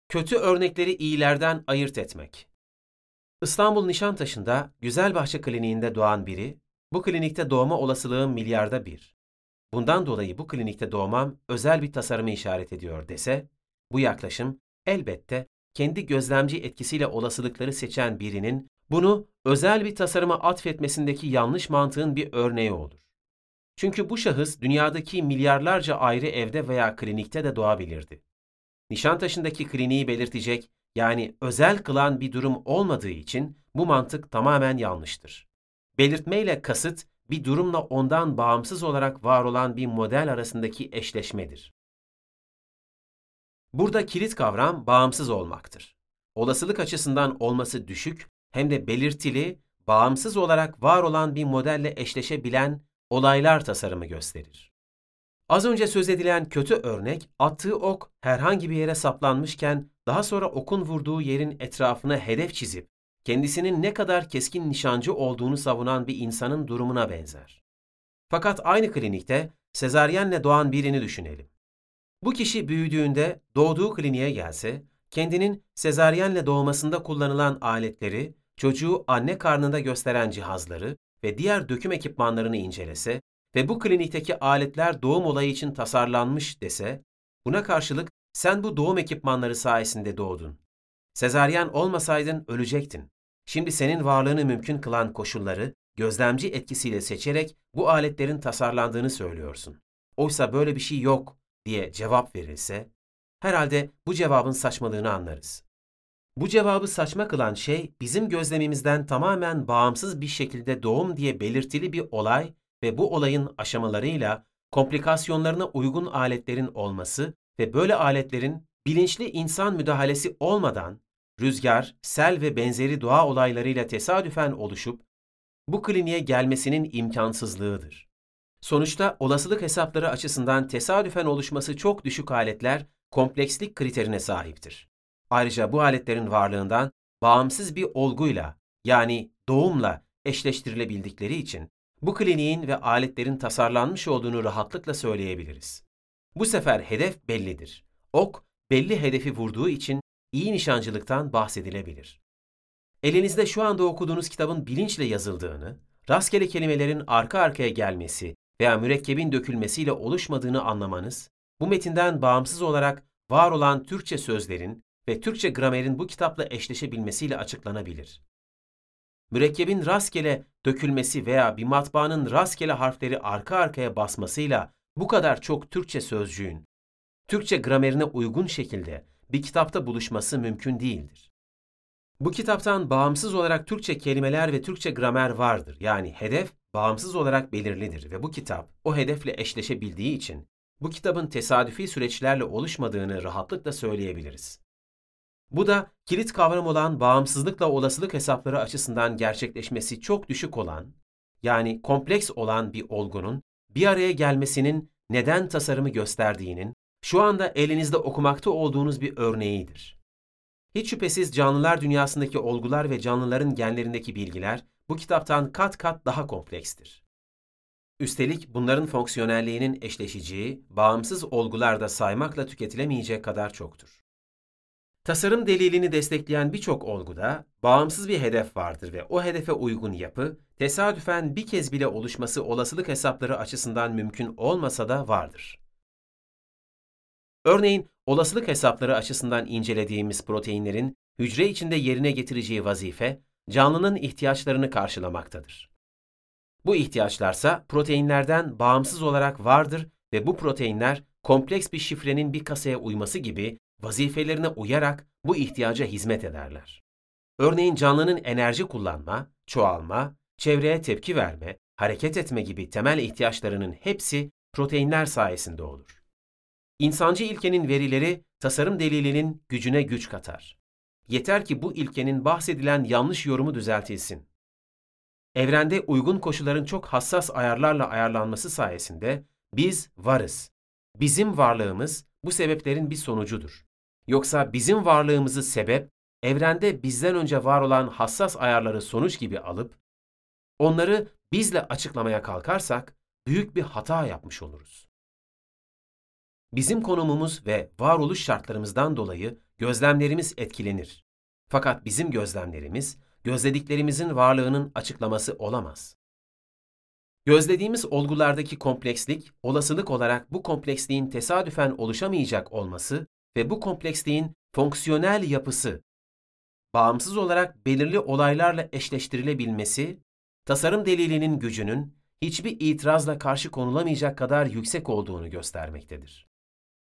Kötü örnekleri iyilerden ayırt etmek. İstanbul Nişantaşı'nda Güzelbahçe Kliniğinde doğan biri, bu klinikte doğma olasılığım milyarda bir. Bundan dolayı bu klinikte doğmam özel bir tasarımı işaret ediyor dese, bu yaklaşım elbette kendi gözlemci etkisiyle olasılıkları seçen birinin bunu özel bir tasarıma atfetmesindeki yanlış mantığın bir örneği olur. Çünkü bu şahıs dünyadaki milyarlarca ayrı evde veya klinikte de doğabilirdi. Nişantaşı'ndaki kliniği belirtecek, yani özel kılan bir durum olmadığı için bu mantık tamamen yanlıştır. Belirtmeyle kasıt, bir durumla ondan bağımsız olarak var olan bir model arasındaki eşleşmedir. Burada kilit kavram bağımsız olmaktır. Olasılık açısından olması düşük, hem de belirtili, bağımsız olarak var olan bir modelle eşleşebilen olaylar tasarımı gösterir. Az önce söz edilen kötü örnek, attığı ok herhangi bir yere saplanmışken daha sonra okun vurduğu yerin etrafına hedef çizip kendisinin ne kadar keskin nişancı olduğunu savunan bir insanın durumuna benzer. Fakat aynı klinikte sezaryenle doğan birini düşünelim. Bu kişi büyüdüğünde doğduğu kliniğe gelse, kendinin sezaryenle doğmasında kullanılan aletleri, çocuğu anne karnında gösteren cihazları ve diğer döküm ekipmanlarını incelese ve bu klinikteki aletler doğum olayı için tasarlanmış dese, buna karşılık sen bu doğum ekipmanları sayesinde doğdun. Sezaryen olmasaydın ölecektin. Şimdi senin varlığını mümkün kılan koşulları gözlemci etkisiyle seçerek bu aletlerin tasarlandığını söylüyorsun. Oysa böyle bir şey yok diye cevap verilse, herhalde bu cevabın saçmalığını anlarız. Bu cevabı saçma kılan şey, bizim gözlemimizden tamamen bağımsız bir şekilde doğum diye belirtili bir olay ve bu olayın aşamalarıyla komplikasyonlarına uygun aletlerin olması ve böyle aletlerin bilinçli insan müdahalesi olmadan rüzgar, sel ve benzeri doğa olaylarıyla tesadüfen oluşup bu kliniğe gelmesinin imkansızlığıdır. Sonuçta olasılık hesapları açısından tesadüfen oluşması çok düşük aletler komplekslik kriterine sahiptir. Ayrıca bu aletlerin varlığından bağımsız bir olguyla, yani doğumla eşleştirilebildikleri için bu kliniğin ve aletlerin tasarlanmış olduğunu rahatlıkla söyleyebiliriz. Bu sefer hedef bellidir. Ok belli hedefi vurduğu için iyi nişancılıktan bahsedilebilir. Elinizde şu anda okuduğunuz kitabın bilinçle yazıldığını, rastgele kelimelerin arka arkaya gelmesi veya mürekkebin dökülmesiyle oluşmadığını anlamanız, bu metinden bağımsız olarak var olan Türkçe sözlerin ve Türkçe gramerin bu kitapla eşleşebilmesiyle açıklanabilir. Mürekkebin rastgele dökülmesi veya bir matbaanın rastgele harfleri arka arkaya basmasıyla bu kadar çok Türkçe sözcüğün, Türkçe gramerine uygun şekilde bir kitapta buluşması mümkün değildir. Bu kitaptan bağımsız olarak Türkçe kelimeler ve Türkçe gramer vardır. Yani hedef bağımsız olarak belirlidir ve bu kitap o hedefle eşleşebildiği için bu kitabın tesadüfi süreçlerle oluşmadığını rahatlıkla söyleyebiliriz. Bu da kilit kavram olan bağımsızlıkla olasılık hesapları açısından gerçekleşmesi çok düşük olan, yani kompleks olan bir olgunun bir araya gelmesinin neden tasarımı gösterdiğinin şu anda elinizde okumakta olduğunuz bir örneğidir. Hiç şüphesiz canlılar dünyasındaki olgular ve canlıların genlerindeki bilgiler bu kitaptan kat kat daha komplekstir. Üstelik bunların fonksiyonelliğinin eşleşeceği, bağımsız olgular da saymakla tüketilemeyecek kadar çoktur. Tasarım delilini destekleyen birçok olguda bağımsız bir hedef vardır ve o hedefe uygun yapı, tesadüfen bir kez bile oluşması olasılık hesapları açısından mümkün olmasa da vardır. Örneğin, olasılık hesapları açısından incelediğimiz proteinlerin hücre içinde yerine getireceği vazife, canlının ihtiyaçlarını karşılamaktadır. Bu ihtiyaçlarsa proteinlerden bağımsız olarak vardır ve bu proteinler kompleks bir şifrenin bir kasaya uyması gibi vazifelerine uyarak bu ihtiyaca hizmet ederler. Örneğin canlının enerji kullanma, çoğalma, çevreye tepki verme, hareket etme gibi temel ihtiyaçlarının hepsi proteinler sayesinde olur. İnsancı ilkenin verileri tasarım delilinin gücüne güç katar. Yeter ki bu ilkenin bahsedilen yanlış yorumu düzeltilsin. Evrende uygun koşulların çok hassas ayarlarla ayarlanması sayesinde biz varız. Bizim varlığımız bu sebeplerin bir sonucudur. Yoksa bizim varlığımızı sebep, evrende bizden önce var olan hassas ayarları sonuç gibi alıp, onları bizle açıklamaya kalkarsak büyük bir hata yapmış oluruz. Bizim konumumuz ve varoluş şartlarımızdan dolayı Gözlemlerimiz etkilenir. Fakat bizim gözlemlerimiz, gözlediklerimizin varlığının açıklaması olamaz. Gözlediğimiz olgulardaki komplekslik, olasılık olarak bu kompleksliğin tesadüfen oluşamayacak olması ve bu kompleksliğin fonksiyonel yapısı, bağımsız olarak belirli olaylarla eşleştirilebilmesi, tasarım delilinin gücünün hiçbir itirazla karşı konulamayacak kadar yüksek olduğunu göstermektedir.